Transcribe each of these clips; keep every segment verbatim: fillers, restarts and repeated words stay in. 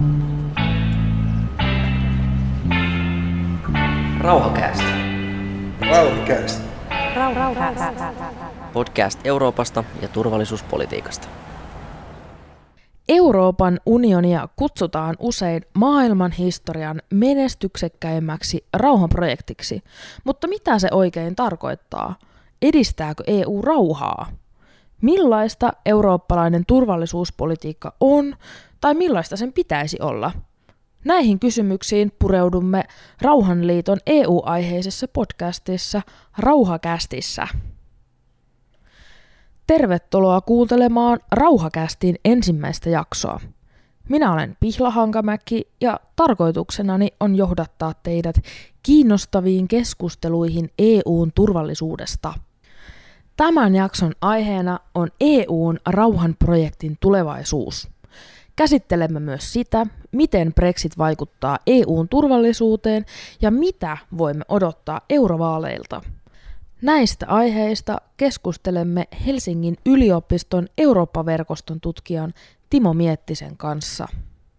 Rauhakäästä. Rauhakäästä. Podcast Euroopasta ja turvallisuuspolitiikasta. Euroopan unionia kutsutaan usein maailman historian menestyksekkäimmäksi rauhanprojektiksi, mutta mitä se oikein tarkoittaa? Edistääkö E U rauhaa? Millaista eurooppalainen turvallisuuspolitiikka on, tai millaista sen pitäisi olla? Näihin kysymyksiin pureudumme Rauhanliiton E U-aiheisessa podcastissa Rauhakästissä. Tervetuloa kuuntelemaan Rauhakästin ensimmäistä jaksoa. Minä olen Pihla Hankamäki ja tarkoituksenani on johdattaa teidät kiinnostaviin keskusteluihin E U:n turvallisuudesta. Tämän jakson aiheena on E U:n rauhanprojektin tulevaisuus. Käsittelemme myös sitä, miten Brexit vaikuttaa E U:n turvallisuuteen ja mitä voimme odottaa eurovaaleilta. Näistä aiheista keskustelemme Helsingin yliopiston Eurooppa-verkoston tutkijan Timo Miettisen kanssa.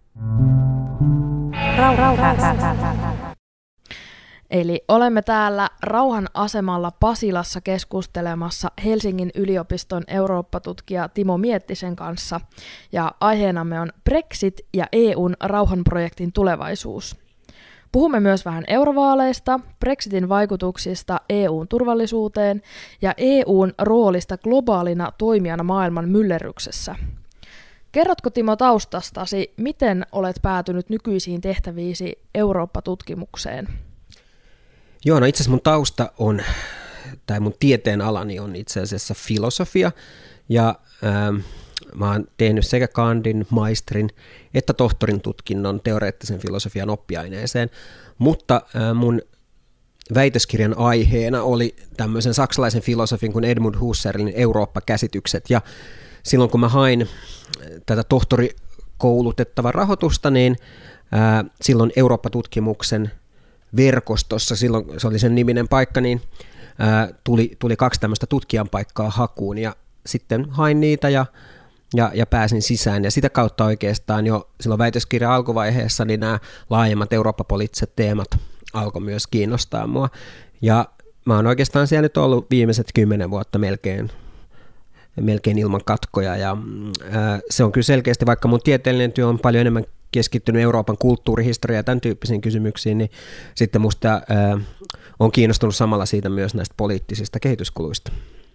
Eli olemme täällä Rauhan asemalla Pasilassa keskustelemassa Helsingin yliopiston Eurooppa-tutkija Timo Miettisen kanssa. Ja aiheenamme on Brexit ja E U:n rauhanprojektin tulevaisuus. Puhumme myös vähän eurovaaleista, Brexitin vaikutuksista E U:n turvallisuuteen ja E U:n roolista globaalina toimijana maailman myllerryksessä. Kerrotko Timo taustastasi, miten olet päätynyt nykyisiin tehtäviisi Eurooppa-tutkimukseen? Joo, no itse asiassa mun tausta on, tai mun tieteen alani on itse asiassa filosofia, ja ähm, mä oon tehnyt sekä kandin, maisterin että tohtorin tutkinnon teoreettisen filosofian oppiaineeseen, mutta äh, mun väitöskirjan aiheena oli tämmöisen saksalaisen filosofin kuin Edmund Husserlin Eurooppa-käsitykset, ja silloin kun mä hain tätä tohtorikoulutettavan rahoitusta, niin äh, silloin Eurooppa-tutkimuksen verkostossa, silloin se oli sen niminen paikka, niin ää, tuli, tuli kaksi tämmöistä tutkijan paikkaa hakuun, ja sitten hain niitä ja, ja, ja pääsin sisään, ja sitä kautta oikeastaan jo silloin väitöskirjan alkuvaiheessa niin nämä laajemmat eurooppapoliittiset teemat alkoi myös kiinnostaa mua, ja mä oon oikeastaan siellä nyt ollut viimeiset kymmenen vuotta melkein, melkein ilman katkoja, ja ää, se on kyllä selkeästi, vaikka mun tieteellinen työ on paljon enemmän keskittynyt Euroopan kulttuurihistoriaan ja tämän tyyppisiin kysymyksiin, niin sitten musta ää, on kiinnostunut samalla siitä myös näistä poliittisista kehityskuluista.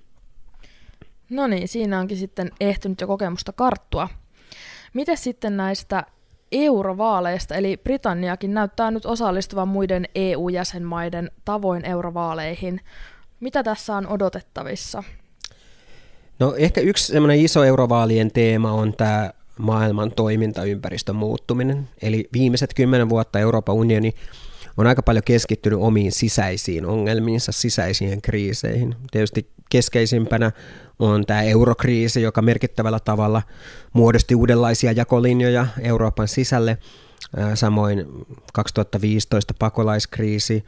No niin, siinä onkin sitten ehtynyt jo kokemusta karttua. Miten sitten näistä eurovaaleista, eli Britanniakin näyttää nyt osallistuvan muiden E U-jäsenmaiden tavoin eurovaaleihin. Mitä tässä on odotettavissa? No ehkä yksi semmoinen iso eurovaalien teema on tämä maailman toimintaympäristön muuttuminen. Eli viimeiset kymmenen vuotta Euroopan unioni on aika paljon keskittynyt omiin sisäisiin ongelmiinsa, sisäisiin kriiseihin. Tietysti keskeisimpänä on tämä eurokriisi, joka merkittävällä tavalla muodosti uudenlaisia jakolinjoja Euroopan sisälle. Samoin kaksituhattaviisitoista pakolaiskriisi,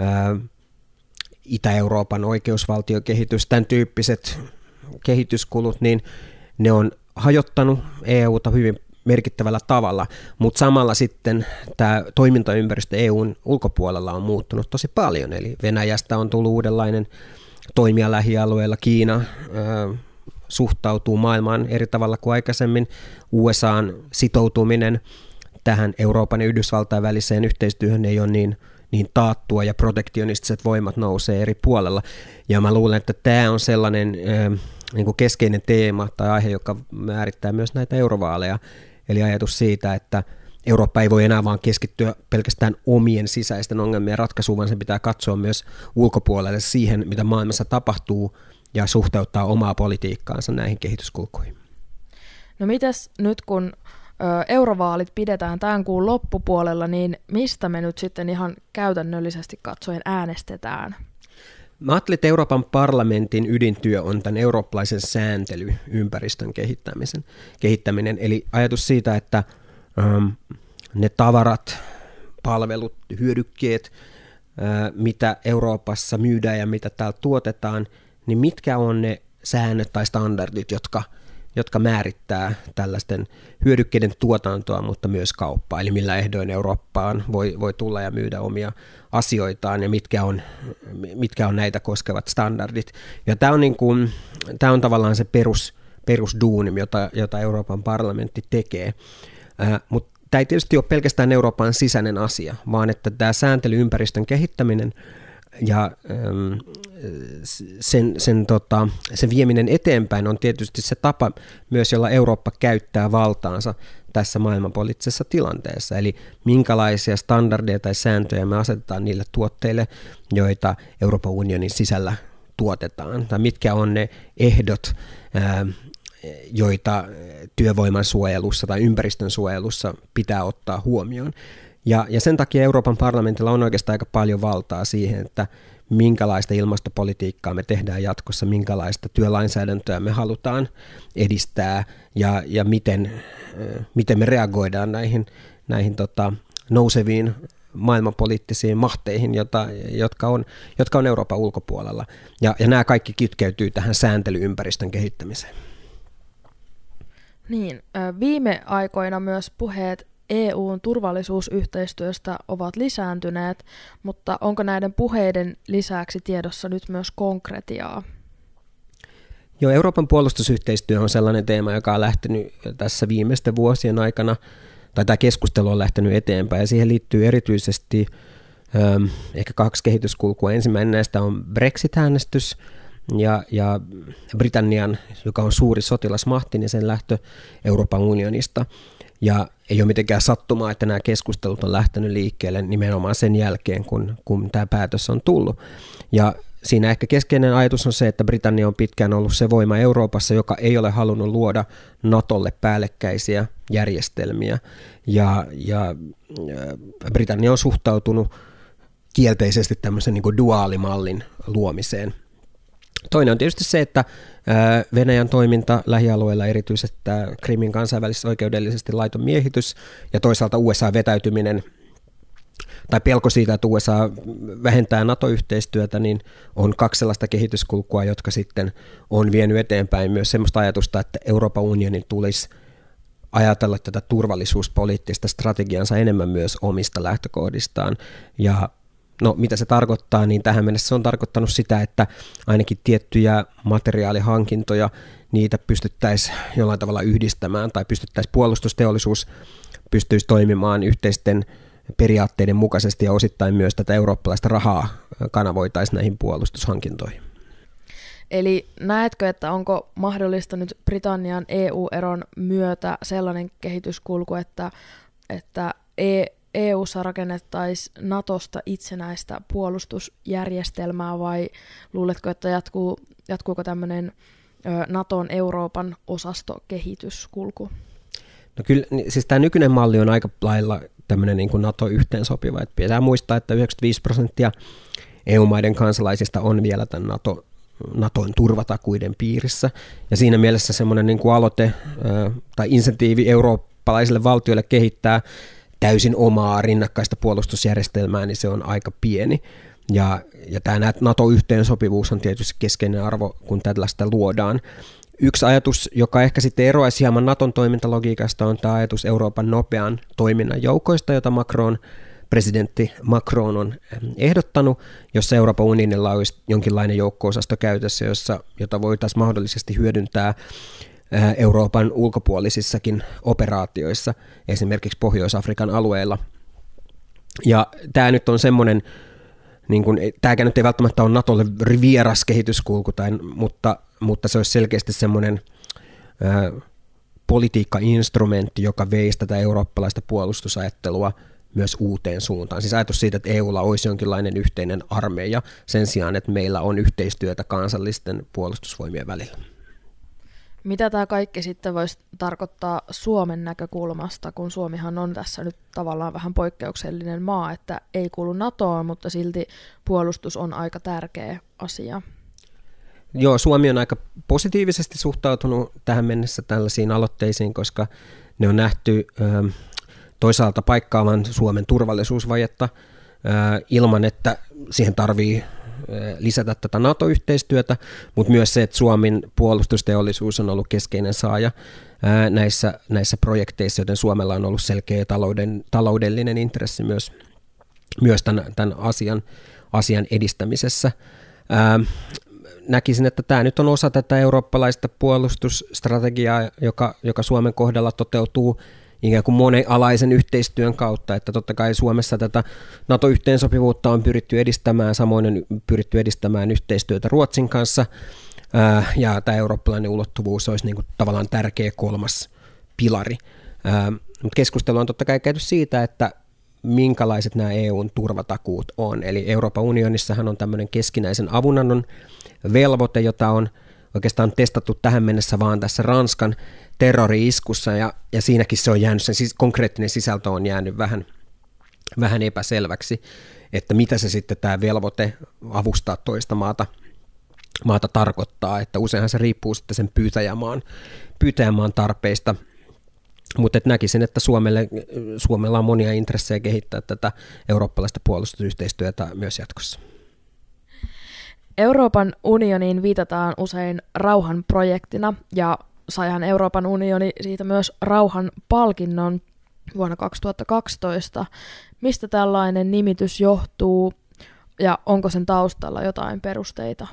Itä-Euroopan oikeusvaltiokehitys, tämän tyyppiset kehityskulut, niin ne on hajottanut E U:ta hyvin merkittävällä tavalla, mutta samalla sitten tämä toimintaympäristö E U:n ulkopuolella on muuttunut tosi paljon, eli Venäjästä on tullut uudenlainen toimija lähialueella, Kiina äh, suhtautuu maailmaan eri tavalla kuin aikaisemmin, U S A:n sitoutuminen tähän Euroopan ja Yhdysvaltain väliseen yhteistyöhön ei ole niin, niin taattua, ja protektionistiset voimat nousee eri puolella, ja mä luulen, että tämä on sellainen äh, niin kuin keskeinen teema tai aihe, joka määrittää myös näitä eurovaaleja, eli ajatus siitä, että Eurooppa ei voi enää vaan keskittyä pelkästään omien sisäisten ongelmien ratkaisuun, vaan sen pitää katsoa myös ulkopuolelle siihen, mitä maailmassa tapahtuu, ja suhteuttaa omaa politiikkaansa näihin kehityskulkuihin. No mitäs nyt, kun ö, eurovaalit pidetään tämän kuun loppupuolella, niin mistä me nyt sitten ihan käytännöllisesti katsoen äänestetään? Mä ajattelin, että Euroopan parlamentin ydintyö on tämän eurooppalaisen sääntelyympäristön kehittämisen, kehittäminen, eli ajatus siitä, että ähm, ne tavarat, palvelut, hyödykkeet, äh, mitä Euroopassa myydään ja mitä täällä tuotetaan, niin mitkä on ne säännöt tai standardit, jotka, jotka määrittää tällaisten hyödykkeiden tuotantoa, mutta myös kauppaa, eli millä ehdoin Eurooppaan voi, voi tulla ja myydä omia asioitaan ja mitkä on, mitkä on näitä koskevat standardit. Ja tämä on, niin kuin, tämä on tavallaan se perus, perusduuni, jota, jota Euroopan parlamentti tekee, äh, mutta tämä ei tietysti ole pelkästään Euroopan sisäinen asia, vaan että tämä sääntelyympäristön kehittäminen ja sen, sen, tota, sen vieminen eteenpäin on tietysti se tapa myös, jolla Eurooppa käyttää valtaansa tässä maailmanpoliittisessa tilanteessa. Eli minkälaisia standardeja tai sääntöjä me asetetaan niille tuotteille, joita Euroopan unionin sisällä tuotetaan, tai mitkä on ne ehdot, joita työvoiman suojelussa tai ympäristön suojelussa pitää ottaa huomioon. Ja, ja sen takia Euroopan parlamentilla on oikeastaan aika paljon valtaa siihen, että minkälaista ilmastopolitiikkaa me tehdään jatkossa, minkälaista työlainsäädäntöä me halutaan edistää ja, ja miten, miten me reagoidaan näihin, näihin tota, nouseviin maailmanpoliittisiin mahteihin, jota, jotka, on, jotka on Euroopan ulkopuolella. Ja, ja nämä kaikki kytkeytyy tähän sääntelyympäristön kehittämiseen. Niin, viime aikoina myös puheet E U:n turvallisuusyhteistyöstä ovat lisääntyneet, mutta onko näiden puheiden lisäksi tiedossa nyt myös konkretiaa? Joo, Euroopan puolustusyhteistyö on sellainen teema, joka on lähtenyt tässä viimeisten vuosien aikana, tai tämä keskustelu on lähtenyt eteenpäin, ja siihen liittyy erityisesti ähm, ehkä kaksi kehityskulkua. Ensimmäinen näistä on Brexit-äänestys, ja, ja Britannian, joka on suuri sotilasmahti, niin sen lähtö Euroopan unionista. Ja ei ole mitenkään sattumaa, että nämä keskustelut on lähtenyt liikkeelle nimenomaan sen jälkeen, kun, kun tämä päätös on tullut. Ja siinä ehkä keskeinen ajatus on se, että Britannia on pitkään ollut se voima Euroopassa, joka ei ole halunnut luoda NATOlle päällekkäisiä järjestelmiä. Ja, ja, ja Britannia on suhtautunut kielteisesti tämmöisen niin kuin duaalimallin luomiseen. Toinen on tietysti se, että Venäjän toiminta lähialueilla, erityisesti tämä Krimin kansainvälisesti oikeudellisesti laiton miehitys ja toisaalta U S A-vetäytyminen tai pelko siitä, että U S A vähentää NATO-yhteistyötä, niin on kaksi sellaista kehityskulkua, jotka sitten on vienyt eteenpäin myös sellaista ajatusta, että Euroopan unionin tulisi ajatella tätä turvallisuuspoliittista strategiansa enemmän myös omista lähtökohdistaan. Ja no, mitä se tarkoittaa, niin tähän mennessä se on tarkoittanut sitä, että ainakin tiettyjä materiaalihankintoja, niitä pystyttäisiin jollain tavalla yhdistämään tai pystyttäisiin puolustusteollisuus pystyisi toimimaan yhteisten periaatteiden mukaisesti ja osittain myös tätä eurooppalaista rahaa kanavoitaisiin näihin puolustushankintoihin. Eli näetkö, että onko mahdollista nyt Britannian E U-eron myötä sellainen kehityskulku, että, että E U:ssa rakennettaisiin NATOsta itsenäistä puolustusjärjestelmää vai luuletko, että jatkuu, jatkuuko tämmöinen NATOn Euroopan osastokehityskulku? No kyllä, siis tämä nykyinen malli on aika lailla tämmöinen niin kuin NATO-yhteensopiva. Et pitää muistaa, että yhdeksänkymmentäviisi prosenttia E U-maiden kansalaisista on vielä tämän NATO, NATOn turvatakuiden piirissä. Ja siinä mielessä semmoinen niin kuin aloite tai insentiivi eurooppalaisille valtioille kehittää täysin omaa rinnakkaista puolustusjärjestelmää, niin se on aika pieni. Ja, ja tämä NATO-yhteensopivuus on tietysti keskeinen arvo, kun tällaista luodaan. Yksi ajatus, joka ehkä sitten eroaisi hieman NATOn toimintalogiikasta, on tämä ajatus Euroopan nopean toiminnan joukoista, jota Macron, presidentti Macron on ehdottanut, jossa Euroopan unionilla olisi jonkinlainen joukko-osasto käytössä, jossa, jota voitaisiin mahdollisesti hyödyntää Euroopan ulkopuolisissakin operaatioissa, esimerkiksi Pohjois-Afrikan alueella. Ja tämä nyt on semmoinen, niin kuin, tämäkään nyt ei välttämättä ole NATOlle vieras kehityskulku, tai, mutta, mutta se olisi selkeästi semmoinen ää, politiikka-instrumentti, joka veisi tätä eurooppalaista puolustusajattelua myös uuteen suuntaan. Siis ajatus siitä, että E U:lla olisi jonkinlainen yhteinen armeija sen sijaan, että meillä on yhteistyötä kansallisten puolustusvoimien välillä. Mitä tämä kaikki sitten voisi tarkoittaa Suomen näkökulmasta, kun Suomihan on tässä nyt tavallaan vähän poikkeuksellinen maa, että ei kuulu NATOon, mutta silti puolustus on aika tärkeä asia. Joo, Suomi on aika positiivisesti suhtautunut tähän mennessä tällaisiin aloitteisiin, koska ne on nähty ö, toisaalta paikkaavan Suomen turvallisuusvajetta ö, ilman, että siihen tarvii lisätä tätä NATO-yhteistyötä, mutta myös se, että Suomen puolustusteollisuus on ollut keskeinen saaja näissä, näissä projekteissa, joten Suomella on ollut selkeä talouden, taloudellinen intressi myös, myös tämän, tämän asian, asian edistämisessä. Ää, näkisin, että tämä nyt on osa tätä eurooppalaista puolustusstrategiaa, joka, joka Suomen kohdalla toteutuu ikään kuin monialaisen yhteistyön kautta, että totta kai Suomessa tätä NATO-yhteensopivuutta on pyritty edistämään, samoin on pyritty edistämään yhteistyötä Ruotsin kanssa, ja tämä eurooppalainen ulottuvuus olisi niin kuin tavallaan tärkeä kolmas pilari. Mutta keskustelu on totta kai käyty siitä, että minkälaiset nämä E U:n turvatakuut on, eli Euroopan unionissahan on tämmöinen keskinäisen avunannon velvoite, jota on oikeastaan testattu tähän mennessä vaan tässä Ranskan terrori-iskussa, ja, ja siinäkin se on jäänyt, sen siis konkreettinen sisältö on jäänyt vähän, vähän epäselväksi, että mitä se sitten tämä velvoite avustaa toista maata, maata tarkoittaa, että useinhan se riippuu sitten sen pyytäjämaan, pyytäjämaan tarpeista, mutta näkisin, että Suomelle, Suomella on monia intressejä kehittää tätä eurooppalaista puolustusyhteistyötä myös jatkossa. Euroopan unioniin viitataan usein rauhanprojektina, ja saihan Euroopan unioni siitä myös rauhan palkinnon vuonna kaksituhattakaksitoista. Mistä tällainen nimitys johtuu, ja onko sen taustalla jotain perusteita?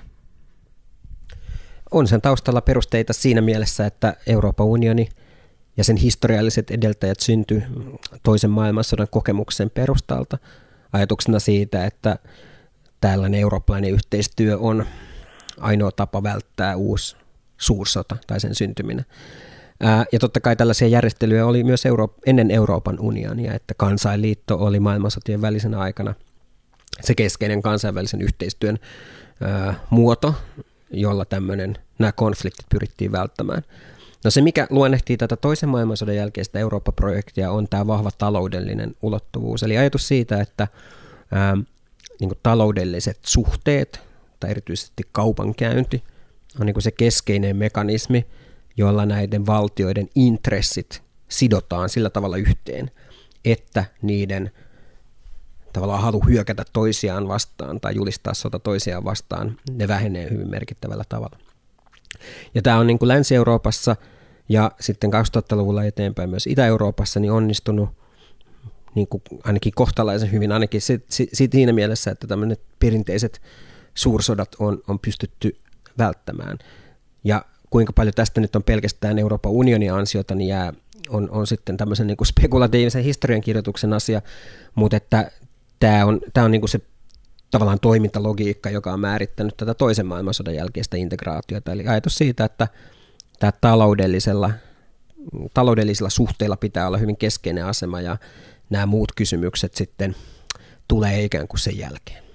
On sen taustalla perusteita siinä mielessä, että Euroopan unioni ja sen historialliset edeltäjät syntyi toisen maailmansodan kokemuksen perustalta ajatuksena siitä, että tällainen eurooppalainen yhteistyö on ainoa tapa välttää uusi suursota tai sen syntyminen. Ää, ja totta kai tällaisia järjestelyjä oli myös Euro- ennen Euroopan unionia, että kansainliitto oli maailmansotien välisenä aikana se keskeinen kansainvälisen yhteistyön ää, muoto, jolla tämmöinen, nämä konfliktit pyrittiin välttämään. No se, mikä luonnehtii tätä toisen maailmansodan jälkeistä Eurooppa-projektia, on tämä vahva taloudellinen ulottuvuus. Eli ajatus siitä, että ää, niin kuin taloudelliset suhteet tai erityisesti kaupankäynti on niin kuin se keskeinen mekanismi, jolla näiden valtioiden intressit sidotaan sillä tavalla yhteen, että niiden tavallaan halu hyökätä toisiaan vastaan tai julistaa sota toisiaan vastaan, ne vähenee hyvin merkittävällä tavalla. Ja tämä on niin kuin Länsi-Euroopassa ja sitten kaksituhattaluvulla eteenpäin myös Itä-Euroopassa niin onnistunut niin kuin ainakin kohtalaisen hyvin, ainakin sit, sit, siinä mielessä, että tämmöiset perinteiset suursodat on, on pystytty välttämään. Ja kuinka paljon tästä nyt on pelkästään Euroopan unionin ansiota, niin jää, on, on sitten tämmöisen niin kuin spekulatiivisen historiankirjoituksen asia, mutta että tämä on, tämä on niin kuin se tavallaan toimintalogiikka, joka on määrittänyt tätä toisen maailmansodan jälkeistä integraatiota. Eli ajatus siitä, että tämä taloudellisella, taloudellisilla suhteilla pitää olla hyvin keskeinen asema ja nämä muut kysymykset sitten tulee ikään kuin sen jälkeen.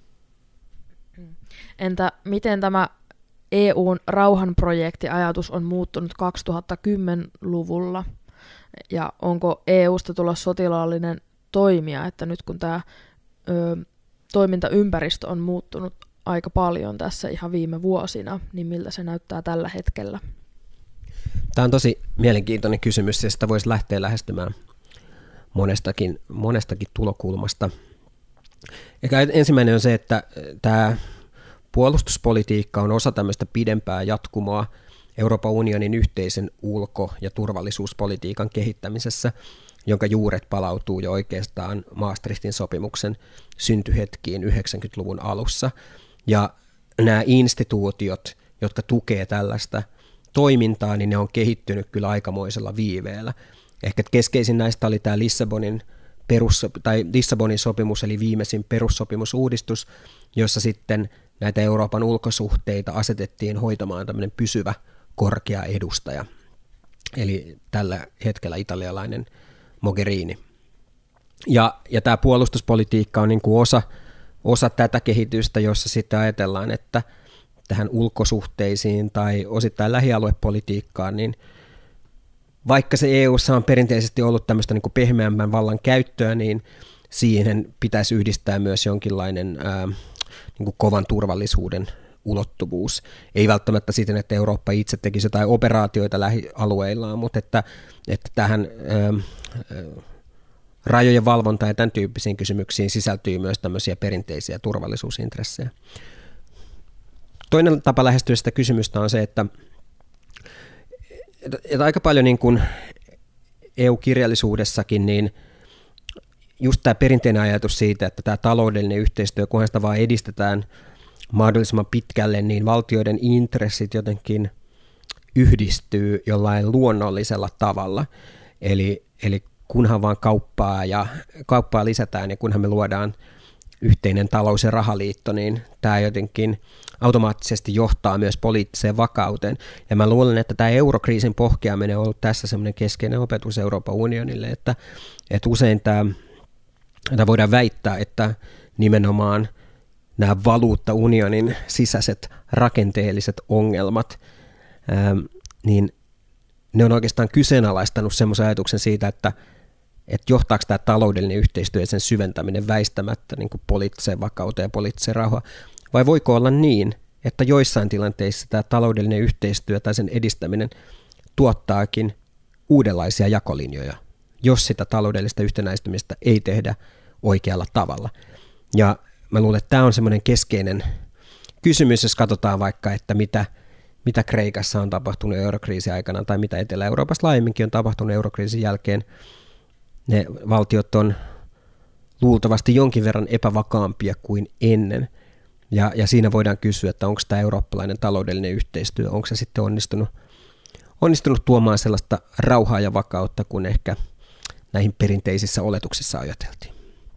Entä miten tämä E U:n rauhanprojektiajatus on muuttunut kaksituhattakymmenluvulla? Ja onko E U:sta tulla sotilaallinen toimija, että nyt kun tämä ö, toimintaympäristö on muuttunut aika paljon tässä ihan viime vuosina, niin miltä se näyttää tällä hetkellä? Tämä on tosi mielenkiintoinen kysymys ja sitä voisi lähteä lähestymään monestakin, monestakin tulokulmasta. Eikä ensimmäinen on se, että tämä puolustuspolitiikka on osa tämmöistä pidempää jatkumoa Euroopan unionin yhteisen ulko- ja turvallisuuspolitiikan kehittämisessä, jonka juuret palautuu jo oikeastaan Maastrichtin sopimuksen syntyhetkiin yhdeksänkymmentäluvun alussa. Ja nämä instituutiot, jotka tukee tällaista toimintaa, niin ne on kehittynyt kyllä aikamoisella viiveellä. Ehkä keskeisin näistä oli tämä Lissabonin, perus, tai Lissabonin sopimus, eli viimeisin perussopimusuudistus, jossa sitten näitä Euroopan ulkosuhteita asetettiin hoitamaan tämmöinen pysyvä korkea edustaja, eli tällä hetkellä italialainen Mogherini. Ja, ja tämä puolustuspolitiikka on niin kuin osa, osa tätä kehitystä, jossa sitten ajatellaan, että tähän ulkosuhteisiin tai osittain lähialuepolitiikkaan, niin vaikka se E U:ssa on perinteisesti ollut tämmöistä niin kuin pehmeämmän vallan käyttöä, niin siihen pitäisi yhdistää myös jonkinlainen ää, niin kuin kovan turvallisuuden ulottuvuus. Ei välttämättä siten, että Eurooppa itse tekisi jotain operaatioita lähialueillaan, mutta että, että tähän ää, rajojen valvonta ja tämän tyyppisiin kysymyksiin sisältyy myös tämmöisiä perinteisiä turvallisuusintressejä. Toinen tapa lähestyä sitä kysymystä on se, että, että aika paljon niin kuin E U-kirjallisuudessakin, niin just tämä perinteinen ajatus siitä, että tämä taloudellinen yhteistyö, kunhan sitä vaan edistetään mahdollisimman pitkälle, niin valtioiden intressit jotenkin yhdistyy jollain luonnollisella tavalla. Eli, eli kunhan vaan kauppaa, ja, kauppaa lisätään ja kunhan me luodaan yhteinen talous- ja rahaliitto, niin tämä jotenkin automaattisesti johtaa myös poliittiseen vakauteen. Ja mä luulen, että tämä eurokriisin pohkeaminen on ollut tässä semmoinen keskeinen opetus Euroopan unionille, että, että usein tämä, tämä voidaan väittää, että nimenomaan nämä valuuttaunionin sisäiset rakenteelliset ongelmat, ää, niin ne on oikeastaan kyseenalaistanut semmoisen ajatuksen siitä, että että johtaako tämä taloudellinen yhteistyö ja sen syventäminen väistämättä niin kuin poliittiseen vakauteen ja poliittiseen rauhaan, vai voiko olla niin, että joissain tilanteissa tämä taloudellinen yhteistyö tai sen edistäminen tuottaakin uudenlaisia jakolinjoja, jos sitä taloudellista yhtenäistymistä ei tehdä oikealla tavalla. Ja mä luulen, että tämä on semmoinen keskeinen kysymys, jos katsotaan vaikka, että mitä, mitä Kreikassa on tapahtunut eurokriisin aikana tai mitä Etelä-Euroopassa laajemminkin on tapahtunut eurokriisin jälkeen. Ne valtiot on luultavasti jonkin verran epävakaampia kuin ennen, ja, ja siinä voidaan kysyä, että onko tämä eurooppalainen taloudellinen yhteistyö, onko se sitten onnistunut, onnistunut tuomaan sellaista rauhaa ja vakautta, kun ehkä näihin perinteisissä oletuksissa ajateltiin.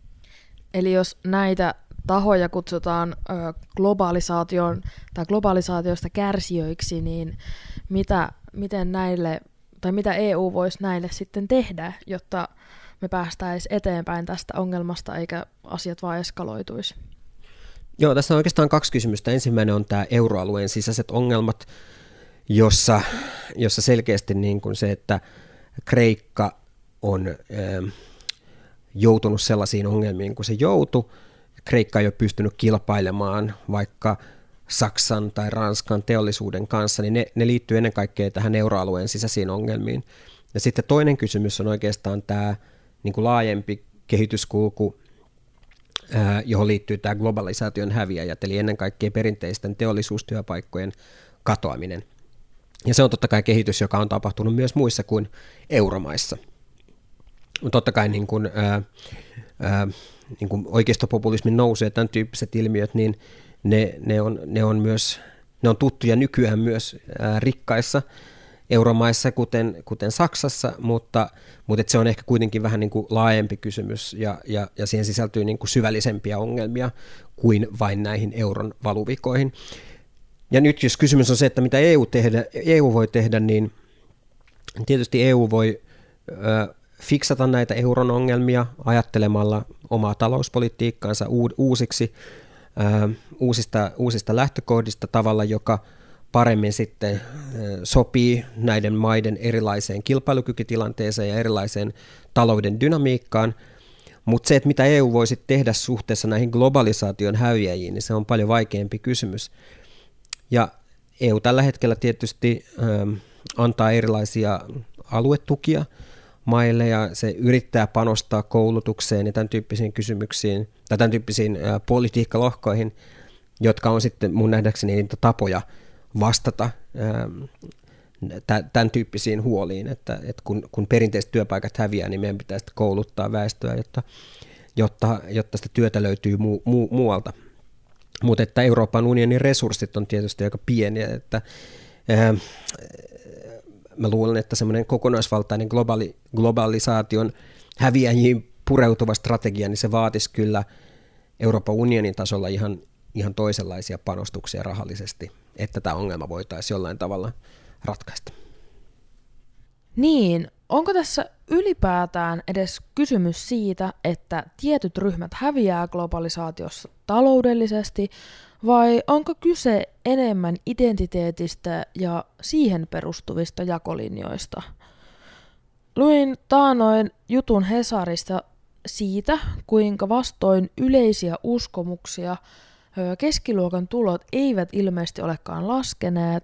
Eli jos näitä tahoja kutsutaan ö, globalisaation tai globalisaatiosta kärsijöiksi, niin mitä, miten näille, tai mitä E U voisi näille sitten tehdä, jotta me päästäisiin eteenpäin tästä ongelmasta, eikä asiat vaan eskaloituisi? Joo, tässä on oikeastaan kaksi kysymystä. Ensimmäinen on tämä euroalueen sisäiset ongelmat, jossa, jossa selkeästi niin kuin se, että Kreikka on ö, joutunut sellaisiin ongelmiin, kun se joutui. Kreikka ei ole pystynyt kilpailemaan vaikka Saksan tai Ranskan teollisuuden kanssa, niin ne, ne liittyy ennen kaikkea tähän euroalueen sisäisiin ongelmiin. Ja sitten toinen kysymys on oikeastaan tämä niin kuin laajempi kehityskulku, ää, johon liittyy tämä globalisaation häviäjät, eli ennen kaikkea perinteisten teollisuustyöpaikkojen katoaminen. Ja se on totta kai kehitys, joka on tapahtunut myös muissa kuin euromaissa. Totta kai niin kuin, ää, ää, niin kuin oikeistopopulismin nousu ja tämän tyyppiset ilmiöt, niin ne, ne, on, ne, on myös, ne on tuttuja nykyään myös ää, rikkaissa euromaissa, kuten, kuten Saksassa, mutta, mutta se on ehkä kuitenkin vähän niin kuin laajempi kysymys, ja, ja, ja siihen sisältyy niin kuin syvällisempiä ongelmia kuin vain näihin euron valuvikoihin. Ja nyt jos kysymys on se, että mitä E U, tehdä, E U voi tehdä, niin tietysti E U voi ö, fiksata näitä euron ongelmia ajattelemalla omaa talouspolitiikkaansa uusiksi, ö, uusista, uusista lähtökohdista tavalla, joka paremmin sitten sopii näiden maiden erilaiseen kilpailukykytilanteeseen ja erilaiseen talouden dynamiikkaan, mutta se, että mitä E U voisi tehdä suhteessa näihin globalisaation häviäjiin, niin se on paljon vaikeampi kysymys. Ja E U tällä hetkellä tietysti ähm, antaa erilaisia aluetukia maille, ja se yrittää panostaa koulutukseen ja tämän tyyppisiin kysymyksiin, tai tämän tyyppisiin äh, politiikkalohkoihin, jotka on sitten mun nähdäkseni niitä tapoja vastata tämän tyyppisiin huoliin, että, että kun, kun perinteiset työpaikat häviää, niin meidän pitää sitten kouluttaa väestöä, jotta, jotta, jotta sitä työtä löytyy mu, mu, muualta. Mutta että Euroopan unionin resurssit on tietysti aika pieniä, että ää, mä luulen, että semmoinen kokonaisvaltainen globaali, globalisaation häviäjiin pureutuva strategia, niin se vaatisi kyllä Euroopan unionin tasolla ihan, ihan toisenlaisia panostuksia rahallisesti, että tämä ongelma voitaisiin jollain tavalla ratkaista. Niin, onko tässä ylipäätään edes kysymys siitä, että tietyt ryhmät häviää globalisaatiossa taloudellisesti, vai onko kyse enemmän identiteetistä ja siihen perustuvista jakolinjoista? Luin taanoin jutun Hesarista siitä, kuinka vastoin yleisiä uskomuksia keskiluokan tulot eivät ilmeisesti olekaan laskeneet,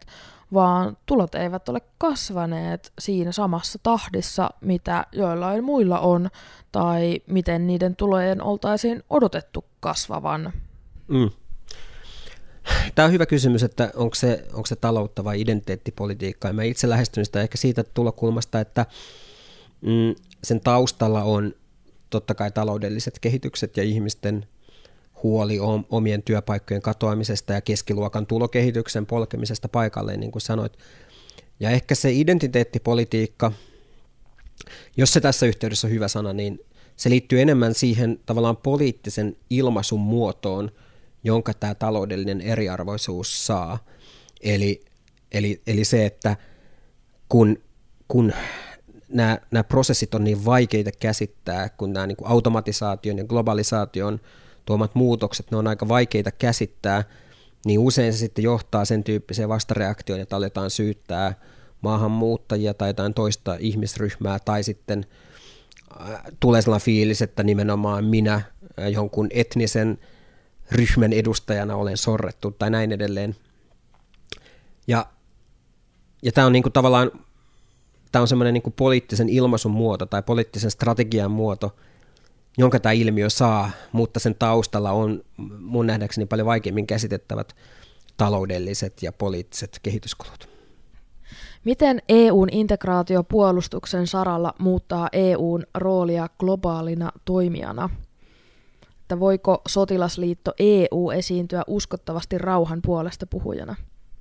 vaan tulot eivät ole kasvaneet siinä samassa tahdissa, mitä joillain muilla on, tai miten niiden tulojen oltaisiin odotettu kasvavan. Mm. Tämä on hyvä kysymys, että onko se, onko se taloutta vai identiteettipolitiikkaa. Mä itse lähestyn sitä ehkä siitä tulokulmasta, että mm, sen taustalla on totta kai taloudelliset kehitykset ja ihmisten huoli omien työpaikkojen katoamisesta ja keskiluokan tulokehityksen polkemisesta paikalleen, niin kuin sanoit. Ja ehkä se identiteettipolitiikka, jos se tässä yhteydessä on hyvä sana, niin se liittyy enemmän siihen tavallaan poliittisen ilmaisun muotoon, jonka tämä taloudellinen eriarvoisuus saa. Eli, eli, eli se, että kun, kun nämä, nämä prosessit on niin vaikeita käsittää, kun nämä niin kuin automatisaation ja globalisaation tuomat muutokset, ne on aika vaikeita käsittää, niin usein se sitten johtaa sen tyyppiseen vastareaktioon, että aletaan syyttää maahanmuuttajia tai jotain toista ihmisryhmää, tai sitten tulee sellainen fiilis, että nimenomaan minä jonkun etnisen ryhmän edustajana olen sorrettu tai näin edelleen. Ja, ja tämä on niinku tavallaan tämä on semmoinen niinku poliittisen ilmaisun muoto tai poliittisen strategian muoto, jonka tämä ilmiö saa, mutta sen taustalla on mun nähdäkseni paljon vaikeammin käsitettävät taloudelliset ja poliittiset kehityskulut. Miten E U:n integraatio puolustuksen saralla muuttaa E U:n roolia globaalina toimijana? Että voiko sotilasliitto E U esiintyä uskottavasti rauhan puolesta puhujana?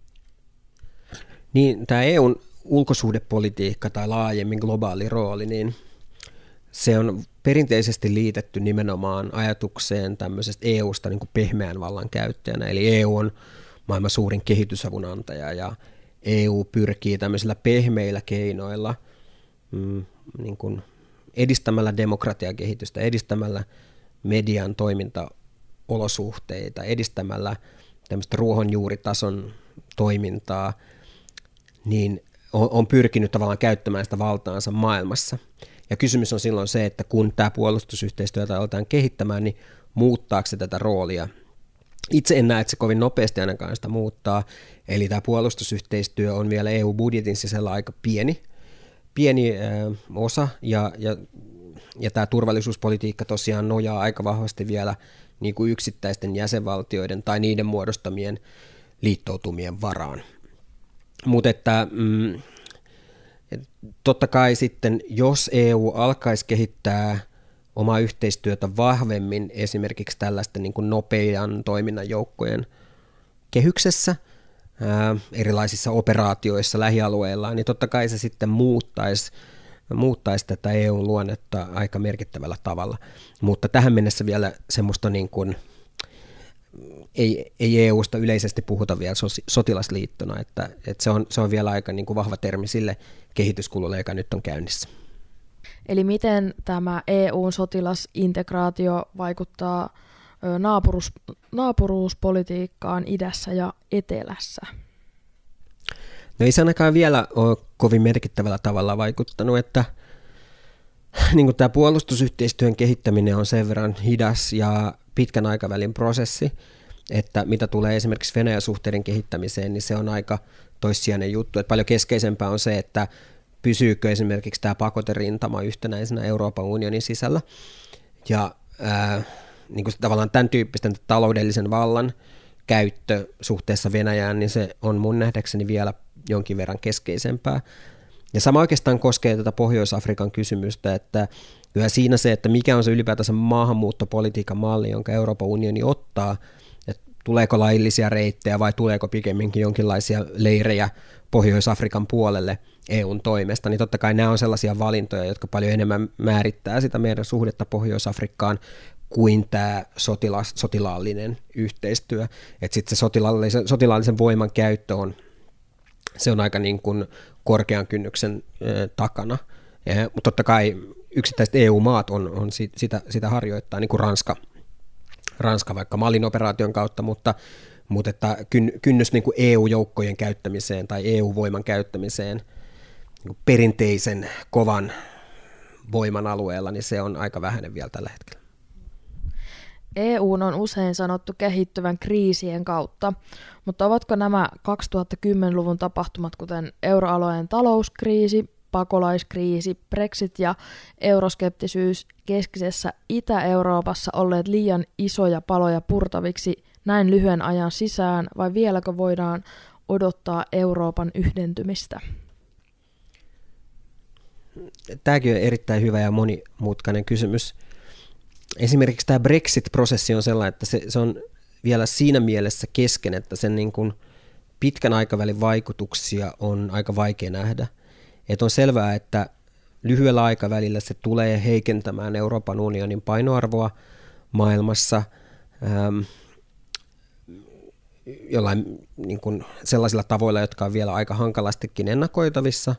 Niin, tämä E U:n ulkosuhdepolitiikka tai laajemmin globaali rooli, niin se on perinteisesti liitetty nimenomaan ajatukseen tämmöisestä E U:sta niin kuin pehmeän vallan käyttäjänä. Eli E U on maailman suurin kehitysavun antaja ja E U pyrkii tämmöisillä pehmeillä keinoilla mm, niin kuin edistämällä demokratiakehitystä, edistämällä median toimintaolosuhteita, edistämällä tämmöistä ruohonjuuritason toimintaa, niin on, on pyrkinyt tavallaan käyttämään sitä valtaansa maailmassa. Ja kysymys on silloin se, että kun tämä puolustusyhteistyötä aletaan kehittämään, niin muuttaako se tätä roolia? Itse en näe, että se kovin nopeasti ainakaan sitä muuttaa, eli tämä puolustusyhteistyö on vielä E U-budjetin sisällä aika pieni, pieni äh, osa, ja, ja, ja tämä turvallisuuspolitiikka tosiaan nojaa aika vahvasti vielä niin kuin yksittäisten jäsenvaltioiden tai niiden muodostamien liittoutumien varaan. Mutta että mm, totta kai sitten, jos E U alkaisi kehittää omaa yhteistyötä vahvemmin esimerkiksi tällaisten niin kuin nopean toiminnan joukkojen kehyksessä, ää, erilaisissa operaatioissa lähialueilla, niin totta kai se sitten muuttaisi, muuttaisi tätä E U-luonnetta aika merkittävällä tavalla. Mutta tähän mennessä vielä semmoista niin kuin, ei, ei E U:sta yleisesti puhuta vielä sotilasliittona, että, että se, on, se on vielä aika niin kuin vahva termi sille kehityskululle, joka nyt on käynnissä. Eli miten tämä E U:n sotilasintegraatio vaikuttaa naapuruus, naapuruuspolitiikkaan idässä ja etelässä? No ei se ainakaan vielä ole kovin merkittävällä tavalla vaikuttanut, että niin kuin tämä puolustusyhteistyön kehittäminen on sen verran hidas ja pitkän aikavälin prosessi, että mitä tulee esimerkiksi Venäjän suhteiden kehittämiseen, niin se on aika toissijainen juttu. Että paljon keskeisempää on se, että pysyykö esimerkiksi tämä pakoterintama yhtenäisenä Euroopan unionin sisällä. Ja ää, niin kuin tavallaan tämän tyyppisten taloudellisen vallan käyttö suhteessa Venäjään, niin se on mun nähdäkseni vielä jonkin verran keskeisempää. Ja sama oikeastaan koskee tätä Pohjois-Afrikan kysymystä, että kyllä siinä se, että mikä on se ylipäätänsä maahanmuuttopolitiikan malli, jonka Euroopan unioni ottaa, että tuleeko laillisia reittejä vai tuleeko pikemminkin jonkinlaisia leirejä Pohjois-Afrikan puolelle E U:n toimesta, niin totta kai nämä on sellaisia valintoja, jotka paljon enemmän määrittää sitä meidän suhdetta Pohjois-Afrikkaan kuin tämä sotilas, sotilaallinen yhteistyö. Että sitten se sotilaallisen, sotilaallisen voiman käyttö on, se on aika niin kuin korkean kynnyksen ö, takana. Ja, mutta totta kai yksittäiset E U-maat on, on sitä, sitä harjoittaa, niin kuin Ranska, Ranska vaikka Malin operaation kautta, mutta, mutta että kynnys niin kuin E U-joukkojen käyttämiseen tai E U-voiman käyttämiseen niin kuin perinteisen kovan voiman alueella, niin se on aika vähäinen vielä tällä hetkellä. E U:n on usein sanottu kehittyvän kriisien kautta, Mutta ovatko nämä kaksituhattakymmenluvun tapahtumat, kuten euroalueen talouskriisi, pakolaiskriisi, Brexit ja euroskeptisyys keskisessä Itä-Euroopassa olleet liian isoja paloja purtaviksi näin lyhyen ajan sisään, vai vieläkö voidaan odottaa Euroopan yhdentymistä? Tämäkin on erittäin hyvä ja monimutkainen kysymys. Esimerkiksi tämä Brexit-prosessi on sellainen, että se, se on vielä siinä mielessä kesken, että sen niin kuin pitkän aikavälin vaikutuksia on aika vaikea nähdä. Että on selvää, että lyhyellä aikavälillä se tulee heikentämään Euroopan unionin painoarvoa maailmassa ähm, jollain niin kuin sellaisilla tavoilla, jotka on vielä aika hankalastikin ennakoitavissa,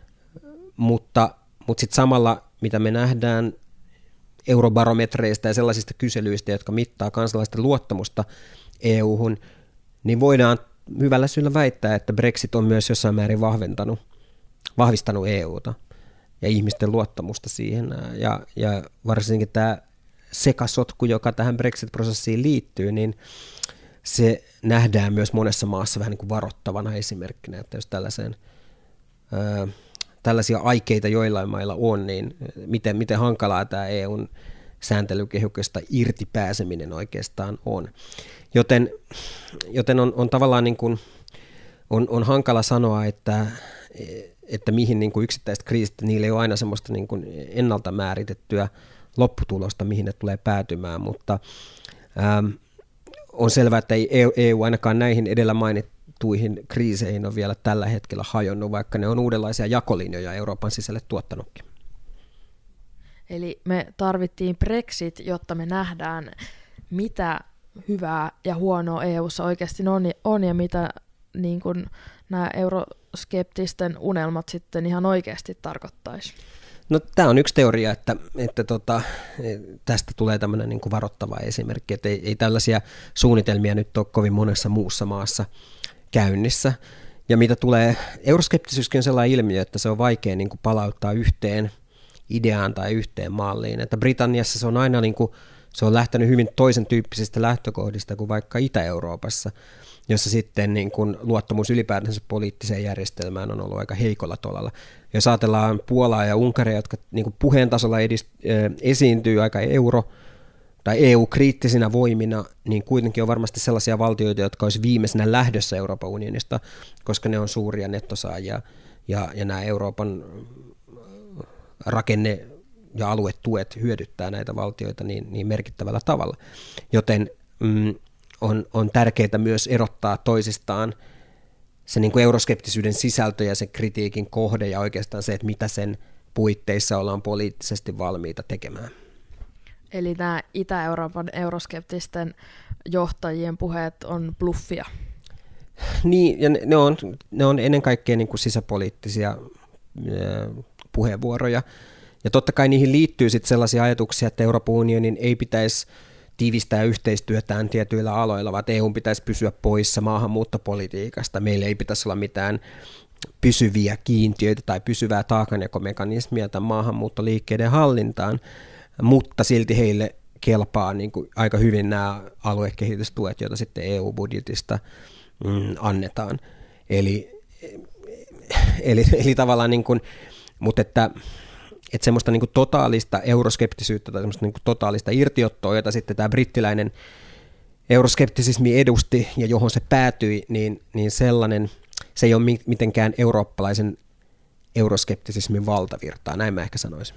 mutta, mutta sitten samalla, mitä me nähdään eurobarometreistä ja sellaisista kyselyistä, jotka mittaa kansalaisten luottamusta E U-hun, niin voidaan hyvällä syyllä väittää, että Brexit on myös jossain määrin vahventanut, vahvistanut E U:ta ja ihmisten luottamusta siihen. Ja, ja varsinkin tämä sekasotku, joka tähän Brexit-prosessiin liittyy, niin se nähdään myös monessa maassa vähän niin kuin varoittavana esimerkkinä, että jos tällaiseen, ää, tällaisia aikeita joillain mailla on, niin miten, miten hankalaa tämä E U:n sääntelykehyksestä irti pääseminen oikeastaan on. Joten, joten on, on tavallaan niin kuin, on, on hankala sanoa, että, että mihin niin kuin yksittäiset kriisit, niillä ei ole aina semmoista niin kuin ennalta määritettyä lopputulosta, mihin ne tulee päätymään, mutta ähm, on selvää, että ei E U ainakaan näihin edellä mainittuihin kriiseihin on vielä tällä hetkellä hajonnut, vaikka ne on uudenlaisia jakolinjoja Euroopan sisälle tuottanutkin. Eli me tarvittiin Brexit, jotta me nähdään, mitä hyvää ja huonoa E U:ssa oikeasti on, on ja mitä niin kuin nämä euroskeptisten unelmat sitten ihan oikeasti tarkoittaisi. No, tämä on yksi teoria, että, että tota, tästä tulee tämmöinen niin kuin varoittava esimerkki, että ei, ei tällaisia suunnitelmia nyt ole kovin monessa muussa maassa käynnissä. Ja mitä tulee, euroskeptisyyskin on sellainen ilmiö, että se on vaikea niin kuin palauttaa yhteen ideaan tai yhteen malliin. Että Britanniassa se on aina niin kuin, se on lähtenyt hyvin toisen tyyppisistä lähtökohdista kuin vaikka Itä-Euroopassa, jossa sitten niin kuin luottamus ylipäätänsä poliittiseen järjestelmään on ollut aika heikolla tolalla. Jos ajatellaan Puolaa ja Unkaria, jotka niin kuin puheen tasolla edist, äh, esiintyy aika euro- tai E U-kriittisinä voimina, niin kuitenkin on varmasti sellaisia valtioita, jotka olisi viimeisenä lähdössä Euroopan unionista, koska ne on suuria nettosaajia ja, ja nämä Euroopan rakenne- ja aluetuet hyödyttää näitä valtioita niin, niin merkittävällä tavalla. Joten mm, on, on tärkeää myös erottaa toisistaan se niin kuin euroskeptisyyden sisältö ja sen kritiikin kohde ja oikeastaan se, että mitä sen puitteissa ollaan poliittisesti valmiita tekemään. Eli nämä Itä-Euroopan euroskeptisten johtajien puheet on bluffia. Niin, ja ne, ne, on, ne on ennen kaikkea niin kuin sisäpoliittisia äh, puheenvuoroja. Ja totta kai niihin liittyy sitten sellaisia ajatuksia, että Euroopan unionin ei pitäisi tiivistää yhteistyötään tietyillä aloilla, vaan E U:n pitäisi pysyä poissa maahanmuuttopolitiikasta. Meillä ei pitäisi olla mitään pysyviä kiintiöitä tai pysyvää taakanjakomekanismia tämän maahanmuuttoliikkeiden hallintaan, mutta silti heille kelpaa niin kuin aika hyvin nämä aluekehitystuet, joita sitten E U-budjetista mm, annetaan. Eli, eli, eli tavallaan, niin kuin, mutta että että semmoista niin kuin totaalista euroskeptisyyttä tai semmoista niin kuin totaalista irtiottoa, jota sitten tämä brittiläinen euroskeptisismi edusti ja johon se päätyi, niin, niin sellainen, se ei ole mitenkään eurooppalaisen euroskeptisismin valtavirtaa, näin mä ehkä sanoisin.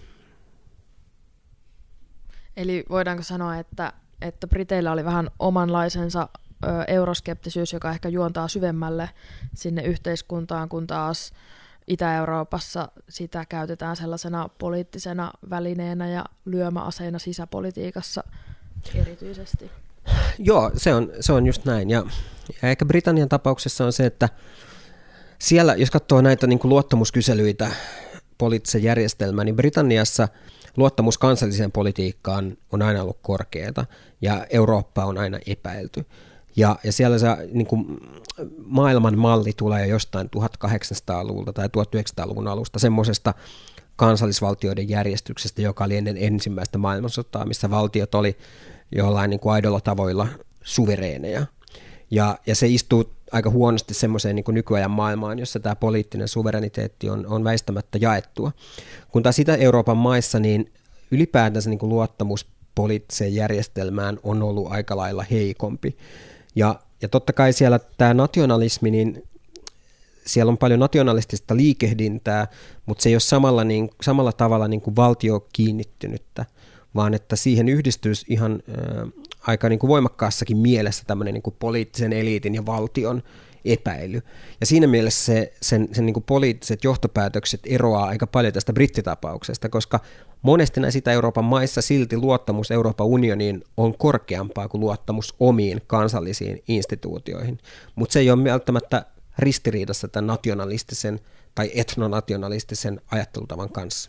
Eli voidaanko sanoa, että, että Briteillä oli vähän omanlaisensa ö, euroskeptisyys, joka ehkä juontaa syvemmälle sinne yhteiskuntaan, kun taas Itä-Euroopassa sitä käytetään sellaisena poliittisena välineenä ja lyömäaseena sisäpolitiikassa erityisesti. Joo, se on, se on just näin. Ja, ja ehkä Britannian tapauksessa on se, että siellä, jos katsoo näitä niin kuin luottamuskyselyitä poliittisen järjestelmään, niin Britanniassa luottamus kansalliseen politiikkaan on aina ollut korkeata ja Eurooppa on aina epäilty. Ja, ja siellä se niin kuin maailman malli tulee jostain tuhatkahdeksansataaluvulta tai tuhatyhdeksänsataaluvun alusta semmoisesta kansallisvaltioiden järjestyksestä, joka oli ennen ensimmäistä maailmansotaa, missä valtiot oli jollain niin kuin aidolla tavoilla suvereeneja. Ja, ja se istuu aika huonosti semmoiseen niin kuin nykyajan maailmaan, jossa tämä poliittinen suvereniteetti on, on väistämättä jaettua. Kun taas Itä-Euroopan maissa, niin ylipäätänsä niin kuin luottamus poliittiseen järjestelmään on ollut aika lailla heikompi. Ja, ja totta kai siellä tämä nationalismi, niin siellä on paljon nationalistista liikehdintää, mutta se ei ole samalla, niin, samalla tavalla niin kuin valtio kiinnittynyttä, vaan että siihen yhdistyy ihan ä, aika niin kuin voimakkaassakin mielessä tämmöinen niin kuin poliittisen eliitin ja valtion epäily. Ja siinä mielessä se, sen, sen niin kuin poliittiset johtopäätökset eroaa aika paljon tästä brittitapauksesta, koska monesti näissä Itä-Euroopan maissa silti luottamus Euroopan unioniin on korkeampaa kuin luottamus omiin kansallisiin instituutioihin, mutta se ei ole välttämättä ristiriidassa tämän nationalistisen tai etnonationalistisen ajattelutavan kanssa.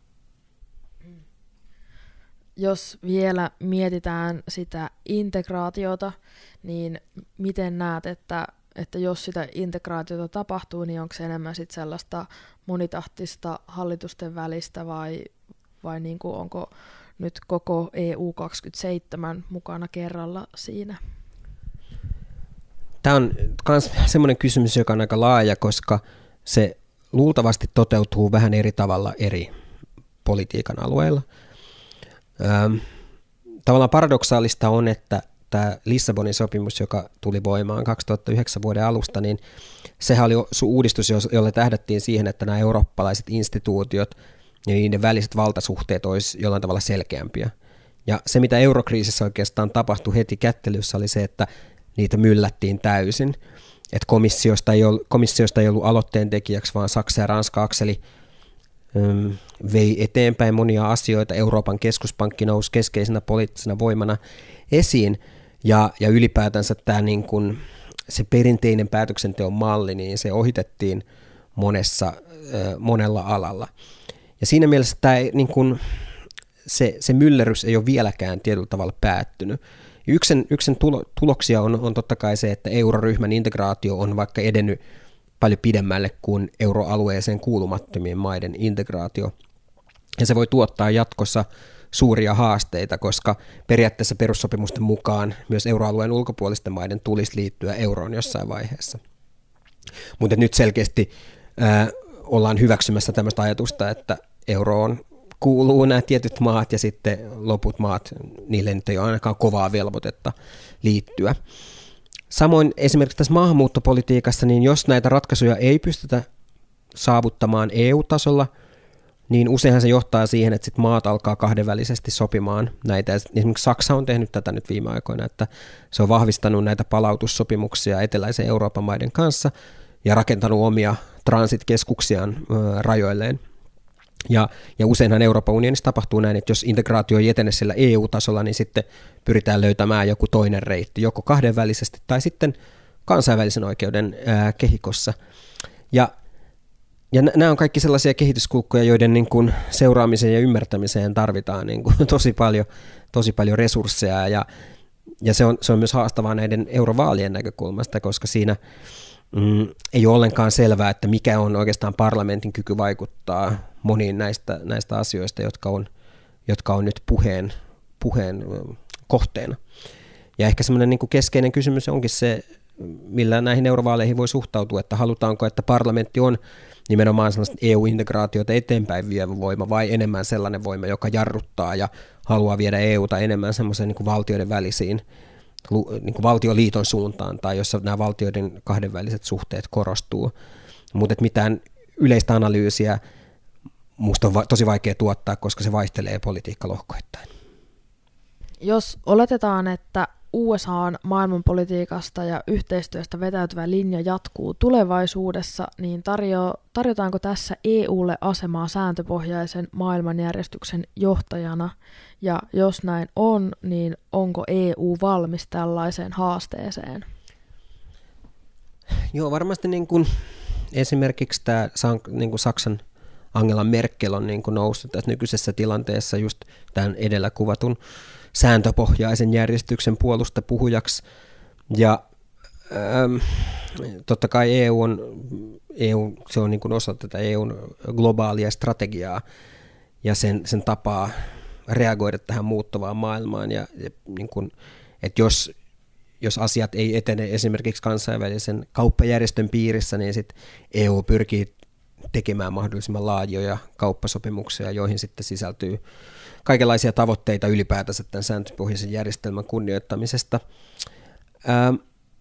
Jos vielä mietitään sitä integraatiota, niin miten näet, että, että jos sitä integraatiota tapahtuu, niin onko se enemmän sit sellaista monitahtista hallitusten välistä vai, vai niin kuin onko nyt koko E U kaksikymmentäseitsemän mukana kerralla siinä? Tämä on myös semmoinen kysymys, joka on aika laaja, koska se luultavasti toteutuu vähän eri tavalla eri politiikan alueilla. Ähm, tavallaan paradoksaalista on, että tämä Lissabonin sopimus, joka tuli voimaan kaksituhattayhdeksän vuoden alusta, niin sehän oli uudistus, jolle tähdättiin siihen, että nämä eurooppalaiset instituutiot ja niiden väliset valtasuhteet olisi jollain tavalla selkeämpiä. Ja se, mitä eurokriisissä oikeastaan tapahtui heti kättelyssä, oli se, että niitä myllättiin täysin. Että komissiosta ei ollut, komissiosta ei ollut aloitteen tekijäksi, vaan Saksa ja Ranska akseli um, vei eteenpäin monia asioita. Euroopan keskuspankki nousi keskeisenä poliittisena voimana esiin. Ja, ja ylipäätänsä tämä niin kun, se perinteinen päätöksenteon malli, niin se ohitettiin monessa, äh, monella alalla. Ja siinä mielessä tämä, niin kun, se, se myllerrys ei ole vieläkään tietyllä tavalla päättynyt. Yksen, yksen tulo, tuloksia on, on totta kai se, että euroryhmän integraatio on vaikka edennyt paljon pidemmälle kuin euroalueeseen kuulumattomien maiden integraatio. Ja se voi tuottaa jatkossa suuria haasteita, koska periaatteessa perussopimusten mukaan myös euroalueen ulkopuolisten maiden tulisi liittyä euroon jossain vaiheessa. Mutta nyt selkeästi ää, ollaan hyväksymässä tämmöistä ajatusta, että euroon kuuluu nämä tietyt maat ja sitten loput maat, niille nyt ei ole ainakaan kovaa velvoitetta liittyä. Samoin esimerkiksi tässä maahanmuuttopolitiikassa, niin jos näitä ratkaisuja ei pystytä saavuttamaan E U-tasolla, niin useinhan se johtaa siihen, että sit maat alkaa kahdenvälisesti sopimaan näitä. Esimerkiksi Saksa on tehnyt tätä nyt viime aikoina, että se on vahvistanut näitä palautussopimuksia eteläisen Euroopan maiden kanssa ja rakentanut omia transitkeskuksiaan rajoilleen. Ja, ja useinhan Euroopan unionissa tapahtuu näin, että jos integraatio ei etene sillä E U-tasolla, niin sitten pyritään löytämään joku toinen reitti, joko kahdenvälisesti tai sitten kansainvälisen oikeuden ää, kehikossa. Ja, ja nämä on kaikki sellaisia kehityskulkuja, joiden niin kuin seuraamiseen ja ymmärtämiseen tarvitaan niin kuin tosi paljon, tosi paljon resursseja, ja, ja se, on, se on myös haastavaa näiden eurovaalien näkökulmasta, koska siinä Mm, ei ole ollenkaan selvää, että mikä on oikeastaan parlamentin kyky vaikuttaa moniin näistä, näistä asioista, jotka on, jotka on nyt puheen, puheen kohteena. Ja ehkä semmoinen niin kuin keskeinen kysymys onkin se, millä näihin eurovaaleihin voi suhtautua, että halutaanko, että parlamentti on nimenomaan sellaista E U-integraatiota eteenpäin vievä voima vai enemmän sellainen voima, joka jarruttaa ja haluaa viedä E Uta enemmän semmoisen niin kuin valtioiden välisiin niin kuin valtioliiton suuntaan tai jossa nämä valtioiden kahdenväliset suhteet korostuu. Mutta mitään yleistä analyysiä minusta on va- tosi vaikea tuottaa, koska se vaihtelee politiikkalohkoittain. Jos oletetaan, että U S A:n maailmanpolitiikasta ja yhteistyöstä vetäytyvä linja jatkuu tulevaisuudessa, niin tarjo- tarjotaanko tässä E U:lle asemaa sääntöpohjaisen maailmanjärjestyksen johtajana? Ja jos näin on, niin onko E U valmis tällaiseen haasteeseen? Joo, varmasti niin kuin esimerkiksi tämä niin kuin Saksan Angela Merkel on niin kuin noussut tässä nykyisessä tilanteessa just tämän edellä kuvatun sääntöpohjaisen järjestyksen puolusta puhujaksi. Ja ähm, totta kai E U on, E U, se on niin kuin osa tätä E U:n globaalia strategiaa ja sen, sen tapaa reagoida tähän muuttuvaan maailmaan. Ja, ja niin kuin, että jos, jos asiat ei etene esimerkiksi kansainvälisen kauppajärjestön piirissä, niin sitten E U pyrkii tekemään mahdollisimman laajoja kauppasopimuksia, joihin sitten sisältyy kaikenlaisia tavoitteita ylipäätänsä tämän sääntöpohjaisen järjestelmän kunnioittamisesta. Ähm,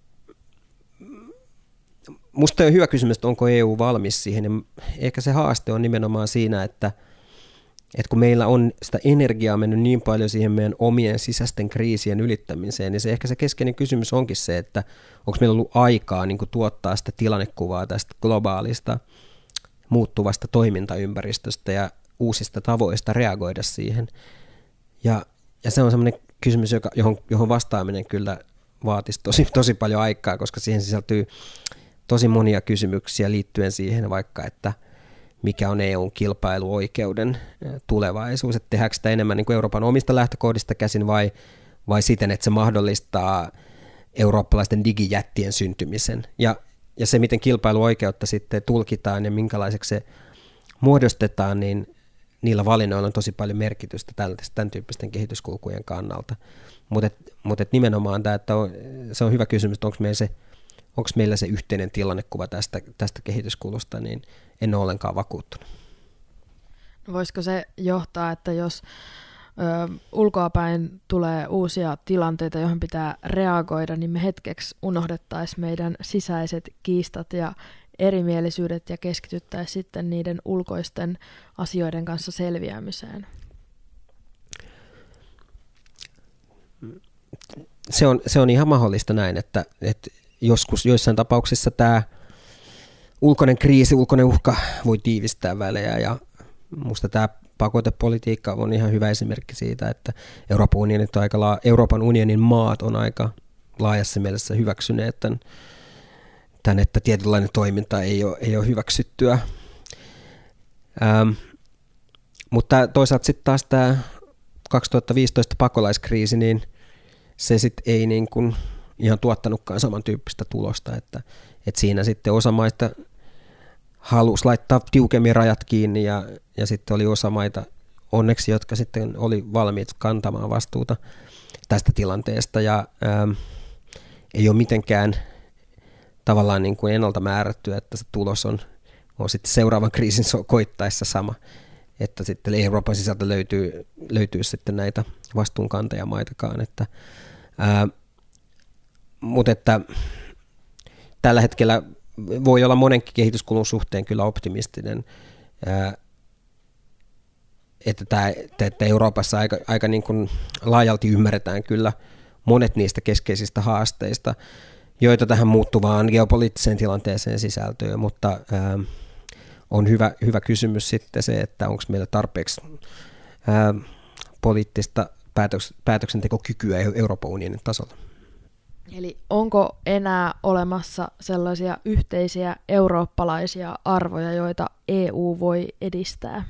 Musta on hyvä kysymys, että onko E U valmis siihen. Ja ehkä se haaste on nimenomaan siinä, että, että kun meillä on sitä energiaa mennyt niin paljon siihen meidän omien sisäisten kriisien ylittämiseen, niin se ehkä se keskeinen kysymys onkin se, että onko meillä ollut aikaa niin kuin tuottaa sitä tilannekuvaa tästä globaalista muuttuvasta toimintaympäristöstä ja uusista tavoista reagoida siihen. Ja, ja se on semmoinen kysymys, joka, johon, johon vastaaminen kyllä vaatisi tosi, tosi paljon aikaa, koska siihen sisältyy tosi monia kysymyksiä liittyen siihen vaikka, että mikä on E U:n kilpailuoikeuden tulevaisuus, että tehdäänkö sitä enemmän niin kuin Euroopan omista lähtökohdista käsin vai, vai siten, että se mahdollistaa eurooppalaisten digijättien syntymisen. Ja, ja se, miten kilpailuoikeutta sitten tulkitaan ja minkälaiseksi se muodostetaan, niin niillä valinnoilla on tosi paljon merkitystä tämän, tämän tyyppisten kehityskulkujen kannalta. Mutta mut nimenomaan tämä, että on, se on hyvä kysymys, että onko meillä se Onko meillä se yhteinen tilannekuva tästä, tästä kehityskulusta, niin en ole ollenkaan vakuuttunut. No voisiko se johtaa, että jos ö, ulkoapäin tulee uusia tilanteita, joihin pitää reagoida, niin me hetkeksi unohdettaisiin meidän sisäiset kiistat ja erimielisyydet ja keskityttäisiin sitten niiden ulkoisten asioiden kanssa selviämiseen? Se on, se on ihan mahdollista näin, että, että joskus joissain tapauksissa tämä ulkoinen kriisi, ulkoinen uhka voi tiivistää välejä, ja minusta tämä pakotepolitiikka on ihan hyvä esimerkki siitä, että Euroopan unionin, aika, Euroopan unionin maat on aika laajassa mielessä hyväksyneet tämän, tämän että tietynlainen toiminta ei ole, ei ole hyväksyttyä. Ähm, mutta toisaalta sitten taas tämä kaksituhattaviisitoista pakolaiskriisi, niin se sitten ei niin kuin ihan tuottanutkaan samantyyppistä tulosta, että, että siinä sitten osa maista halusi laittaa tiukemmin rajat kiinni ja, ja sitten oli osa maita onneksi, jotka sitten oli valmiit kantamaan vastuuta tästä tilanteesta ja ähm, ei ole mitenkään tavallaan niin kuin ennalta määrätty, että se tulos on, on sitten seuraavan kriisin koittaessa sama, että sitten Euroopan sisältä löytyy, löytyy sitten näitä vastuunkantajamaitakaan, että ää, mutta että tällä hetkellä voi olla monenkin kehityskulun suhteen kyllä optimistinen, ää, että, tää, että Euroopassa aika, aika niin kuin laajalti ymmärretään kyllä monet niistä keskeisistä haasteista, joita tähän muuttuvaan geopoliittiseen tilanteeseen sisältyy, mutta ää, on hyvä, hyvä kysymys sitten se, että onko meillä tarpeeksi ää, poliittista päätöks, päätöksentekokykyä Euroopan unionin tasolla. Eli onko enää olemassa sellaisia yhteisiä eurooppalaisia arvoja, joita E U voi edistää?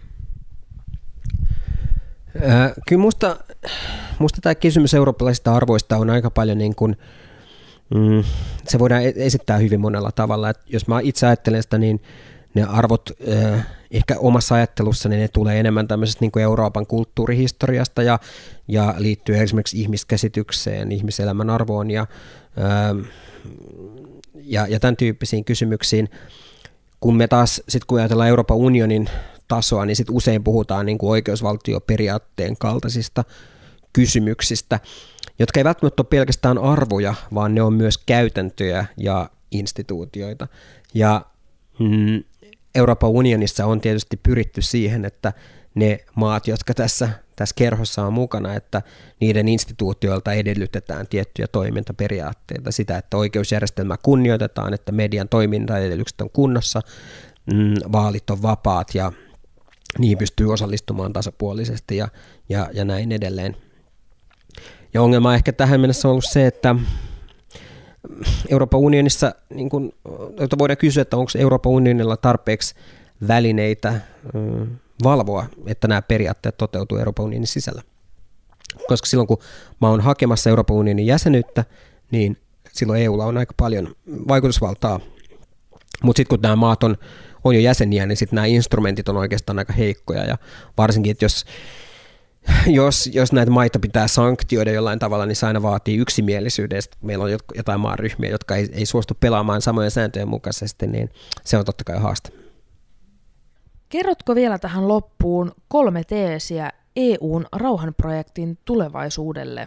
Ää, kyllä musta, musta tämä kysymys eurooppalaisista arvoista on aika paljon niin kuin, mm, se voidaan esittää hyvin monella tavalla. Et jos mä itse ajattelen sitä, niin ne arvot äh, ehkä omassa ajattelussani ne tulee enemmän tämmöisestä niin kuin Euroopan kulttuurihistoriasta ja, ja liittyy esimerkiksi ihmiskäsitykseen, ihmiselämän arvoon ja, äh, ja, ja tämän tyyppisiin kysymyksiin. Kun me taas, sit kun ajatellaan Euroopan unionin tasoa, niin sit usein puhutaan niin kuin oikeusvaltioperiaatteen kaltaisista kysymyksistä, jotka ei välttämättä ole pelkästään arvoja, vaan ne on myös käytäntöjä ja instituutioita. Ja mm, Euroopan unionissa on tietysti pyritty siihen, että ne maat, jotka tässä, tässä kerhossa on mukana, että niiden instituutioilta edellytetään tiettyjä toimintaperiaatteita, sitä, että oikeusjärjestelmää kunnioitetaan, että median toimintaedellytykset on kunnossa, mm, vaalit on vapaat ja niihin pystyy osallistumaan tasapuolisesti ja, ja, ja näin edelleen. Ja ongelma ehkä tähän mennessä on ollut se, että Euroopan unionissa, niin kun, voidaan kysyä, että onko Euroopan unionilla tarpeeksi välineitä mm, valvoa, että nämä periaatteet toteutuu Euroopan unionin sisällä. Koska silloin, kun mä oon hakemassa Euroopan unionin jäsenyyttä, niin silloin E U:lla on aika paljon vaikutusvaltaa. Mutta sitten kun nämä maat on, on jo jäseniä, niin sitten nämä instrumentit on oikeastaan aika heikkoja. Ja varsinkin, että jos jos, jos näitä maita pitää sanktioida jollain tavalla, niin se aina vaatii yksimielisyyden. Meillä on jotain maaryhmiä, jotka ei, ei suostu pelaamaan samojen sääntöjen mukaisesti, niin se on totta kai haaste. Kerrotko vielä tähän loppuun kolme teesiä E U:n rauhanprojektin tulevaisuudelle?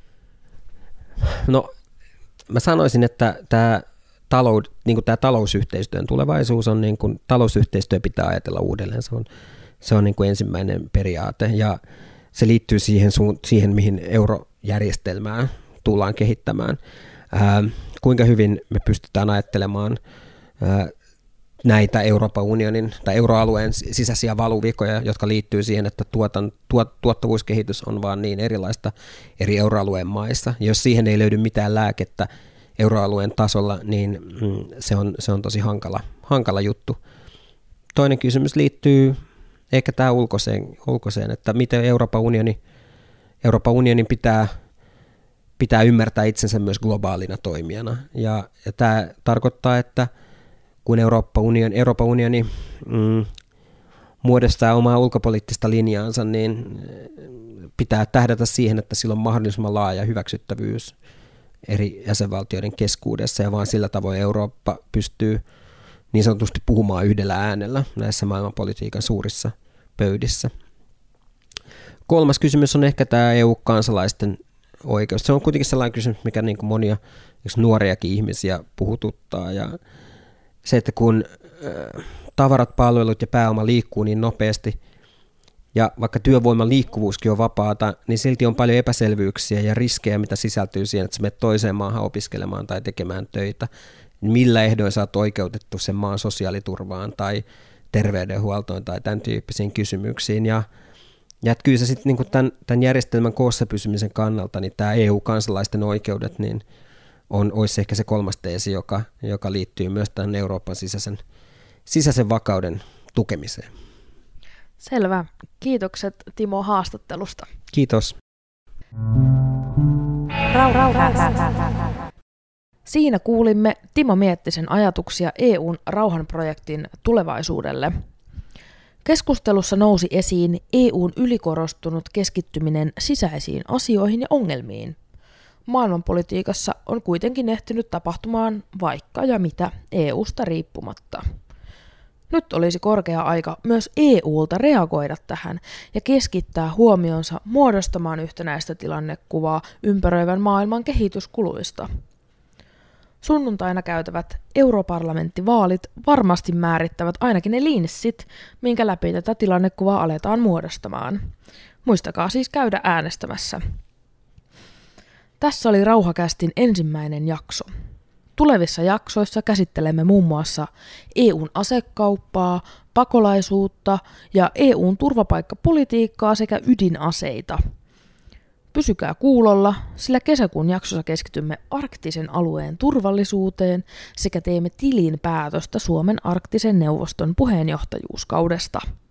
No, mä sanoisin, että tämä, talou, niin kuin tämä talousyhteistyön tulevaisuus on, niin kuin, talousyhteistyö pitää ajatella uudelleen. Se on, se on niin kuin ensimmäinen periaate, ja se liittyy siihen, siihen mihin eurojärjestelmää tullaan kehittämään. Ää, kuinka hyvin me pystytään ajattelemaan ää, näitä Euroopan unionin tai euroalueen sisäisiä valuvikoja, jotka liittyy siihen, että tuotan, tuot, tuottavuuskehitys on vaan niin erilaista eri euroalueen maissa. Jos siihen ei löydy mitään lääkettä euroalueen tasolla, niin mm, se, on, se on tosi hankala, hankala juttu. Toinen kysymys liittyy ehkä tähän ulkoiseen, ulkoiseen että miten Euroopan, unioni, Euroopan unionin pitää, pitää ymmärtää itsensä myös globaalina toimijana. Ja, ja tämä tarkoittaa, että kun Euroopan unioni, Euroopan unioni mm, muodostaa omaa ulkopoliittista linjaansa, niin pitää tähdätä siihen, että sillä on mahdollisimman laaja hyväksyttävyys eri jäsenvaltioiden keskuudessa, ja vaan sillä tavoin Eurooppa pystyy niin sanotusti puhumaan yhdellä äänellä näissä maailmanpolitiikan suurissa pöydissä. Kolmas kysymys on ehkä tämä E U-kansalaisten oikeus. Se on kuitenkin sellainen kysymys, mikä niin kuin monia nuoriakin ihmisiä puhututtaa, ja se, että kun tavarat, palvelut ja pääoma liikkuu niin nopeasti, ja vaikka työvoiman liikkuvuuskin on vapaata, niin silti on paljon epäselvyyksiä ja riskejä, mitä sisältyy siihen, että sä menet toiseen maahan opiskelemaan tai tekemään töitä. Millä ehdoin sä oot oikeutettu sen maan sosiaaliturvaan tai terveydenhuoltoon tai tämän tyyppisiin kysymyksiin. Ja, ja kyllä se sitten niin tämän, tämän järjestelmän koossa pysymisen kannalta, niin tämä E U-kansalaisten oikeudet, niin on, olisi ehkä se kolmas teesi, joka, joka liittyy myös tämän Euroopan sisäisen, sisäisen vakauden tukemiseen. Selvä. Kiitokset Timo haastattelusta. Kiitos. Rau, rau, rau, rau, rau. Siinä kuulimme Timo Miettisen ajatuksia E U:n rauhanprojektin tulevaisuudelle. Keskustelussa nousi esiin E U:n ylikorostunut keskittyminen sisäisiin asioihin ja ongelmiin. Maailmanpolitiikassa on kuitenkin ehtinyt tapahtumaan vaikka ja mitä E U:sta riippumatta. Nyt olisi korkea aika myös E U:lta reagoida tähän ja keskittää huomionsa muodostamaan yhtenäistä tilannekuvaa ympäröivän maailman kehityskuluista. Sunnuntaina käytävät europarlamenttivaalit varmasti määrittävät ainakin ne linssit, minkä läpi tätä tilannekuvaa aletaan muodostamaan. Muistakaa siis käydä äänestämässä. Tässä oli Rauhakästin ensimmäinen jakso. Tulevissa jaksoissa käsittelemme muun muassa E U:n asekauppaa, pakolaisuutta ja E U:n turvapaikkapolitiikkaa sekä ydinaseita. Pysykää kuulolla, sillä kesäkuun jaksossa keskitymme arktisen alueen turvallisuuteen sekä teemme tilinpäätöstä Suomen arktisen neuvoston puheenjohtajuuskaudesta.